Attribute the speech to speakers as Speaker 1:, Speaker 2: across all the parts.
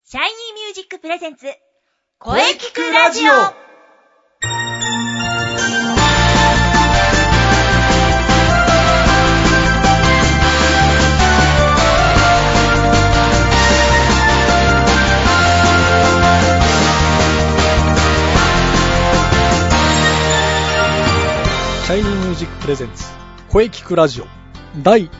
Speaker 1: シャイニーミュージックプレゼンツ声聞くラジオ。
Speaker 2: シャイニーミュージックプレゼンツ声聞くラジオ第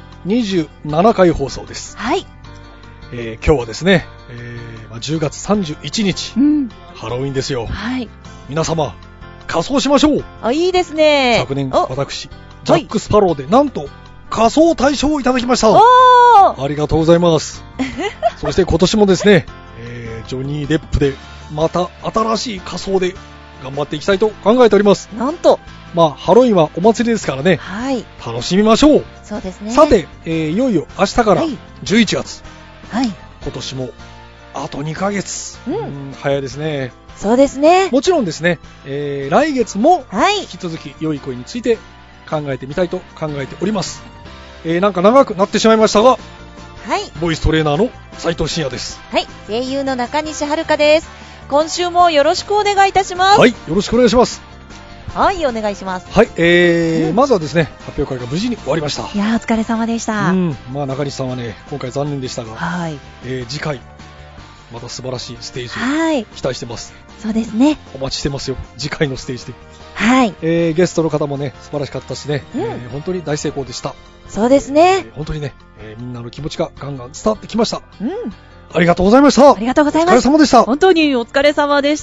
Speaker 2: 27回放送です。
Speaker 1: はい。
Speaker 2: 今日はですね、10月31日、ハロウィンですよ。
Speaker 1: はい。
Speaker 2: 皆様仮装しましょう。
Speaker 1: あ、いいですね。
Speaker 2: 昨年私ジャック・スパローでなんと仮装大賞をいただきました。
Speaker 1: あ
Speaker 2: りがとうございます。そして今年もですね、ジョニー・デップでまた新しい仮装で頑張っていきたいと考えております。
Speaker 1: なんと
Speaker 2: ハロウィンはお祭りですからね、
Speaker 1: はい、
Speaker 2: 楽しみましょう。
Speaker 1: そうですね。
Speaker 2: さて、いよいよ明日から11月、
Speaker 1: はい、
Speaker 2: 今年もあと2ヶ月、早いですね。
Speaker 1: そうですね。
Speaker 2: もちろんですね、来月も
Speaker 1: 引
Speaker 2: き続き良い声について考えてみたいと考えております。なんか長くなってしまいましたが、
Speaker 1: はい、
Speaker 2: ボイストレーナーの斉藤真也です。
Speaker 1: はい、声優の中西遥です。今週もよろしくお願いいたします。
Speaker 2: はい、よろしくお願いします。
Speaker 1: はい、お願いします。
Speaker 2: はい、まずはですね、発表会が無事に終わりました。
Speaker 1: いやー、お疲れ様でした。
Speaker 2: 中西さんはね、今回残念でしたが、
Speaker 1: はい、
Speaker 2: 次回また素晴らしいステージを期待してます。
Speaker 1: そうですね。
Speaker 2: お待ちしてますよ、次回のステージで。
Speaker 1: はい。
Speaker 2: ゲストの方もね、素晴らしかったしね、本当に大成功でした。
Speaker 1: そうですね。
Speaker 2: 本当にね、みんなの気持ちがガンガン伝わってきました。ありがとうございました。
Speaker 1: ありがとうございます。
Speaker 2: お疲れ様でした。
Speaker 3: 本当にお疲れ様でした。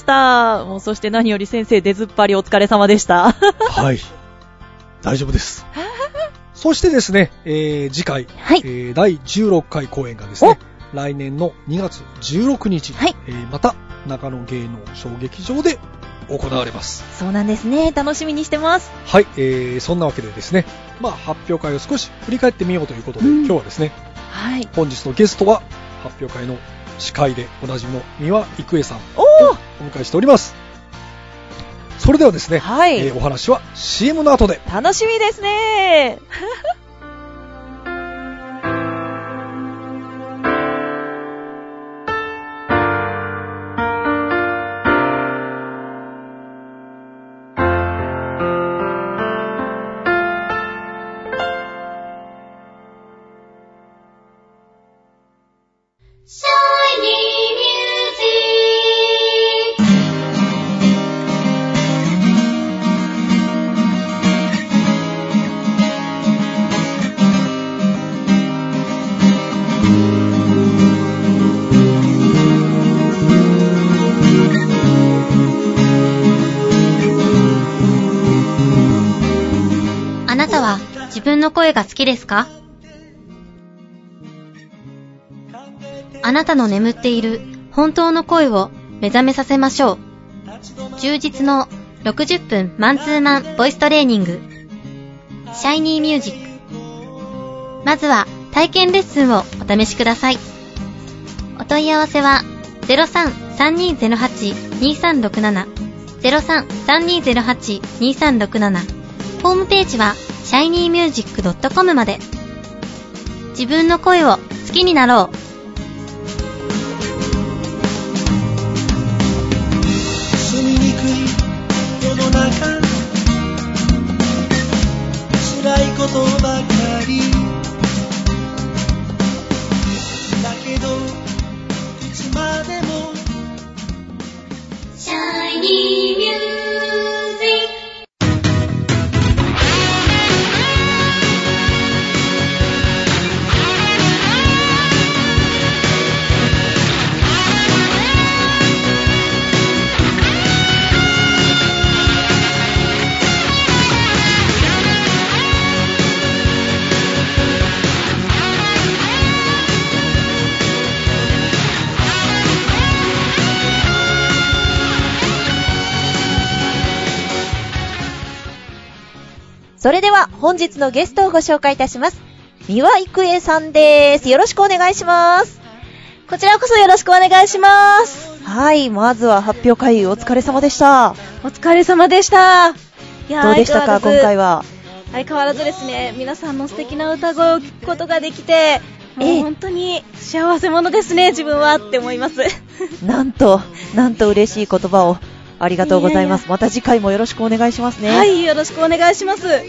Speaker 3: もうそして何より先生出ずっぱりお疲れ様でした。
Speaker 2: はい。大丈夫です。そしてですね、次回、
Speaker 1: はい、
Speaker 2: 第16回公演がですね、来年の2月16日、
Speaker 1: はい、
Speaker 2: また中野芸能小劇場で行われます。
Speaker 1: そうなんですね。楽しみにしてます。
Speaker 2: はい、そんなわけでですね、発表会を少し振り返ってみようということで、今日はですね、
Speaker 1: はい、
Speaker 2: 本日のゲストは発表会の司会でおなじみの三輪郁恵さんをお迎えしております。それではですね、
Speaker 1: はい、
Speaker 2: お話は CM の後で。
Speaker 1: 楽しみですね。
Speaker 4: あなたは自分の声が好きですか？あなたの眠っている本当の声を目覚めさせましょう。充実の60分マンツーマンボイストレーニング、シャイニーミュージック。まずは体験レッスンをお試しください。お問い合わせは 03-3208-2367 03-3208-2367。ホームページは shinymusic.com まで。自分の声を好きになろう。
Speaker 5: 住みにくい世の中、辛いことばかりだけど、いつまでも
Speaker 4: Shiny Music。
Speaker 1: それでは本日のゲストをご紹介いたします。三輪郁恵さんです。よろしくお願いします。
Speaker 3: こちらこそよろしくお願いします。
Speaker 1: はい、まずは発表会お疲れ様でした。
Speaker 3: お疲れ様でした。い
Speaker 1: やどうでしたか今回は。
Speaker 3: 相変わらずですね、皆さんの素敵な歌声を聞くことができて、 もう本当に幸せ者ですね、自分はって思います。
Speaker 1: なんと嬉しい言葉をありがとうございます。また次回もよろしくお願いしますね。
Speaker 3: はい、よろしくお願いします。
Speaker 1: はい。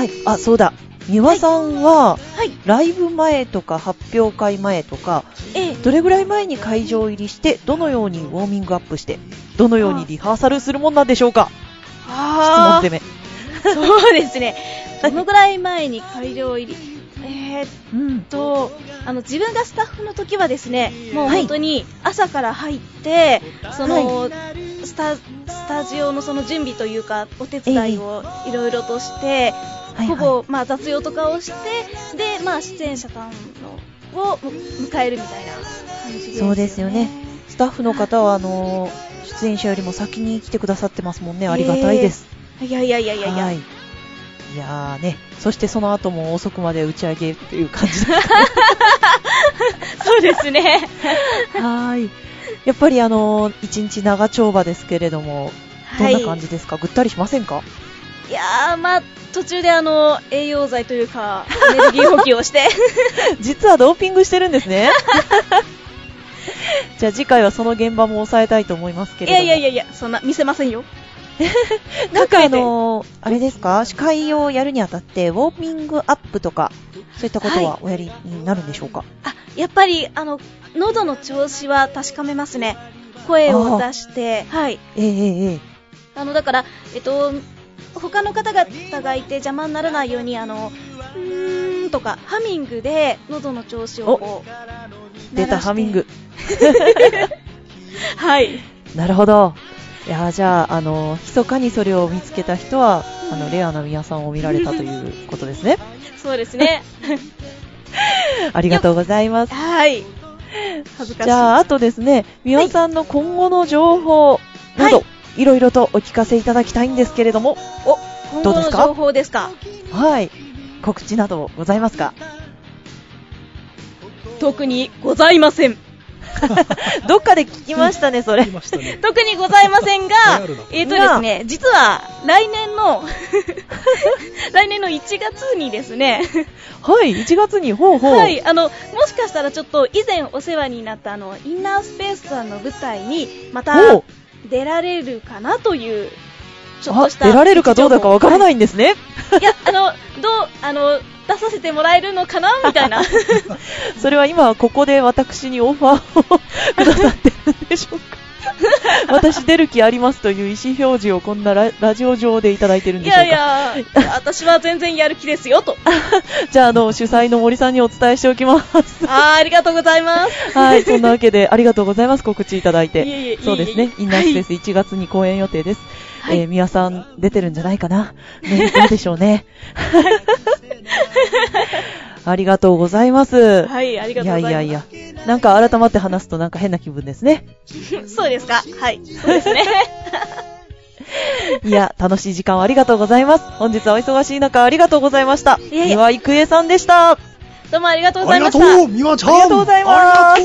Speaker 1: あ、そうだ。三輪さんは、
Speaker 3: はい、
Speaker 1: ライブ前とか発表会前とか、どれぐらい前に会場入りして、どのようにウォーミングアップして、どのようにリハーサルするもんなんでしょうか。質問攻め。
Speaker 3: そうですね。どのぐらい前に会場入り、自分がスタッフの時はですね、もう本当に朝から入って、スタジオのその準備というかお手伝いをいろいろとして、ほぼ雑用とかをして、で出演者さんを迎えるみたいな感じです。
Speaker 1: そうですよね。スタッフの方は出演者よりも先に来てくださってますもんね。ありがたいです。
Speaker 3: いや。
Speaker 1: いやーね、そしてその後も遅くまで打ち上げっていう感じだ
Speaker 3: そうですね。
Speaker 1: はい。やっぱり一日長丁場ですけれども、どんな感じですか？ぐったりしませんか？
Speaker 3: いやー、途中で栄養剤というかエネルギー補給をして
Speaker 1: 実はドーピングしてるんですね。じゃあ次回はその現場も抑えたいと思いますけれども。
Speaker 3: いや、そんな見せませんよ。
Speaker 1: なんかあれですか、司会をやるにあたってウォーミングアップとかそういったことはおやりになるんでしょうか？
Speaker 3: やっぱり喉の調子は確かめますね。声を出して、はい。だから他の方々がいて邪魔にならないようにとかハミングで喉の調子をこう
Speaker 1: 出たハミング。
Speaker 3: はい。
Speaker 1: なるほど。いや、じゃあ密かにそれを見つけた人はレアな宮さんを見られたということですね。
Speaker 3: そうですね。
Speaker 1: ありがとうございます。
Speaker 3: はい。恥ずかしい。
Speaker 1: じゃああとですね、宮さんの今後の情報など、いろいろとお聞かせいただきたいんですけれども、
Speaker 3: どうですか？今後の情報ですか？
Speaker 1: はい。告知などございますか？
Speaker 3: 特にございません。
Speaker 1: どっかで聞きましたね、それ。
Speaker 3: 特にございませんが、ですね、実は来年の1月にですね、
Speaker 1: はい、1月に、はい、
Speaker 3: もしかしたらちょっと以前お世話になったインナースペースさんの舞台にまた出られるかなという、ちょっとした
Speaker 1: 出られるかどうだかわからないんですね。
Speaker 3: いや、出させてもらえるのかなみたいな。
Speaker 1: それは今ここで私にオファーをくださってるんでしょうか？私出る気ありますという意思表示をこんな ラジオ上でいただいてるんでしょうか？
Speaker 3: いや、私は全然やる気ですよと。
Speaker 1: じゃあ主催の森さんにお伝えしておきます。
Speaker 3: ありがとうございます。
Speaker 1: はい、そんなわけでありがとうございます。告知いただいて。そうですね、インナースペース1月に公演予定です。宮さん出てるんじゃないかな。ね、どうでしょうね。ありがとうございます。
Speaker 3: はい、ありがとうございます。
Speaker 1: いや。なんか改まって話すとなんか変な気分ですね。
Speaker 3: そうですか。はい、そうですね。
Speaker 1: いや、楽しい時間をありがとうございます。本日はお忙しい中ありがとうございました。三輪郁恵さんでした。
Speaker 3: どうもありがとうございました。
Speaker 2: ありがとう、三輪ちゃん。
Speaker 1: ありがとうございます。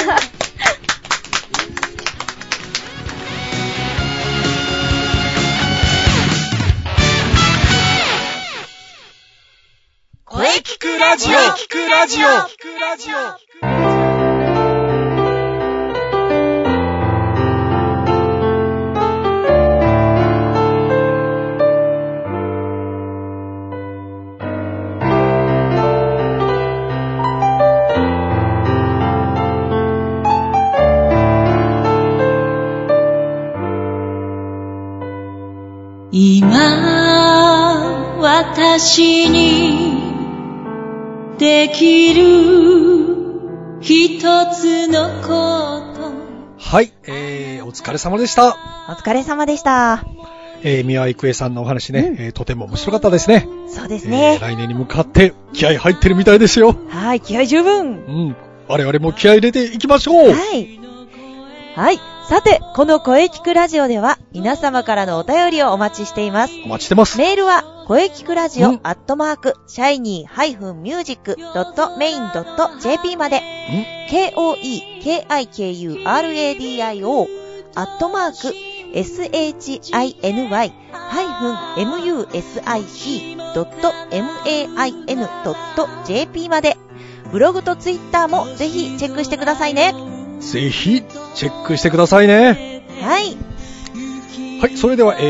Speaker 5: 声聞くラジオ、聞くラジオ、聞くラジオ。
Speaker 6: 今私にできる一つのこと。
Speaker 2: はい、お疲れ様でした。
Speaker 1: お疲れ様でした。
Speaker 2: 三輪郁恵さんのお話ね、とても面白かったですね。
Speaker 1: そうですね。
Speaker 2: 来年に向かって気合入ってるみたいですよ。
Speaker 1: はい、気合十分。
Speaker 2: 我々も気合入れていきましょう。
Speaker 1: はい。さて、この声聞くラジオでは皆様からのお便りをお待ちしています。
Speaker 2: お待ちしてます。
Speaker 1: メールは声聞くラジオ@shiny-music.main.jp まで、KOEKIKURADIO shiny-music.main.jp まで。ブログとツイッターもぜひチェックしてくださいね。
Speaker 2: ぜひチェックしてくださいね。
Speaker 1: はい。
Speaker 2: はい、それでは、第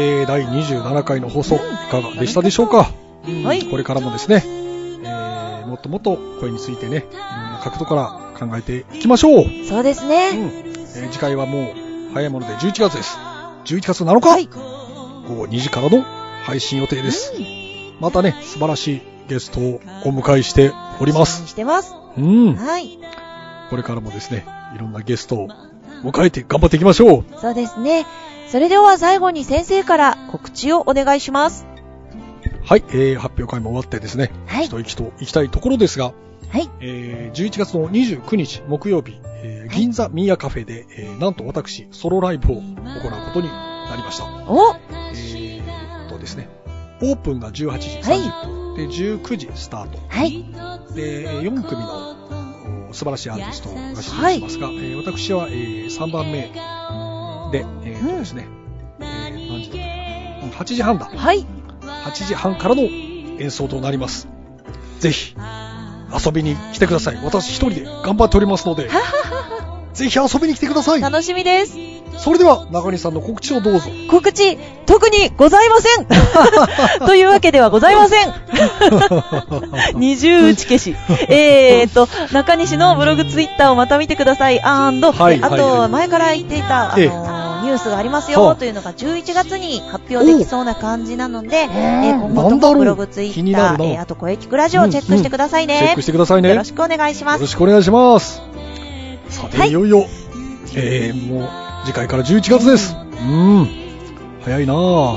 Speaker 2: 27回の放送いかがでしたでしょうか。
Speaker 1: はい。
Speaker 2: これからもですね、もっともっと声についてね、いろんな角度から考えていきましょう。
Speaker 1: そうですね。
Speaker 2: 次回はもう早いもので11月です。11月7日、はい、午後2時からの配信予定です。またね、素晴らしいゲストをお迎えしております。
Speaker 1: してます。
Speaker 2: はい。これからもですね、いろんなゲストを迎えて頑張っていきましょう。
Speaker 1: そうですね。それでは最後に先生から告知をお願いします。
Speaker 2: はい、発表会も終わってですね、一息と行きたいところですが、
Speaker 1: はい。
Speaker 2: 11月の29日木曜日、銀座ミーヤカフェで、なんと私ソロライブを行うことになりました。ですね、オープンが18時30分、で19時スタート、で4組の素晴らしいアーティストが出演しますが、私は、3番目で、ですね、何時だった8時半だ。8時半からの演奏となります。ぜひ遊びに来てください。私一人で頑張っておりますのでぜひ遊びに来てください。
Speaker 1: 楽しみです。
Speaker 2: それでは中西さんの告知をどうぞ。
Speaker 1: 告知特にございませんというわけではございません二重打ち消し中西のブログツイッターをまた見てください。あと前から言っていたニュースがありますよというのが11月に発表できそうな感じなので、今後ともブログツイッター、あと声聞くラジオをチェックしてくださいね。
Speaker 2: チェックしてくださいね。
Speaker 1: よろしくお願いします。
Speaker 2: よろしくお願いします。さて、いよいよ、もう次回から11月です。早いなぁ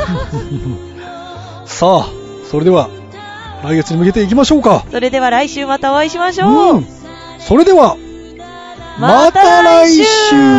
Speaker 2: さあ、それでは来月に向けていきましょうか。
Speaker 1: それでは来週またお会いしましょう。
Speaker 2: それではまた来週。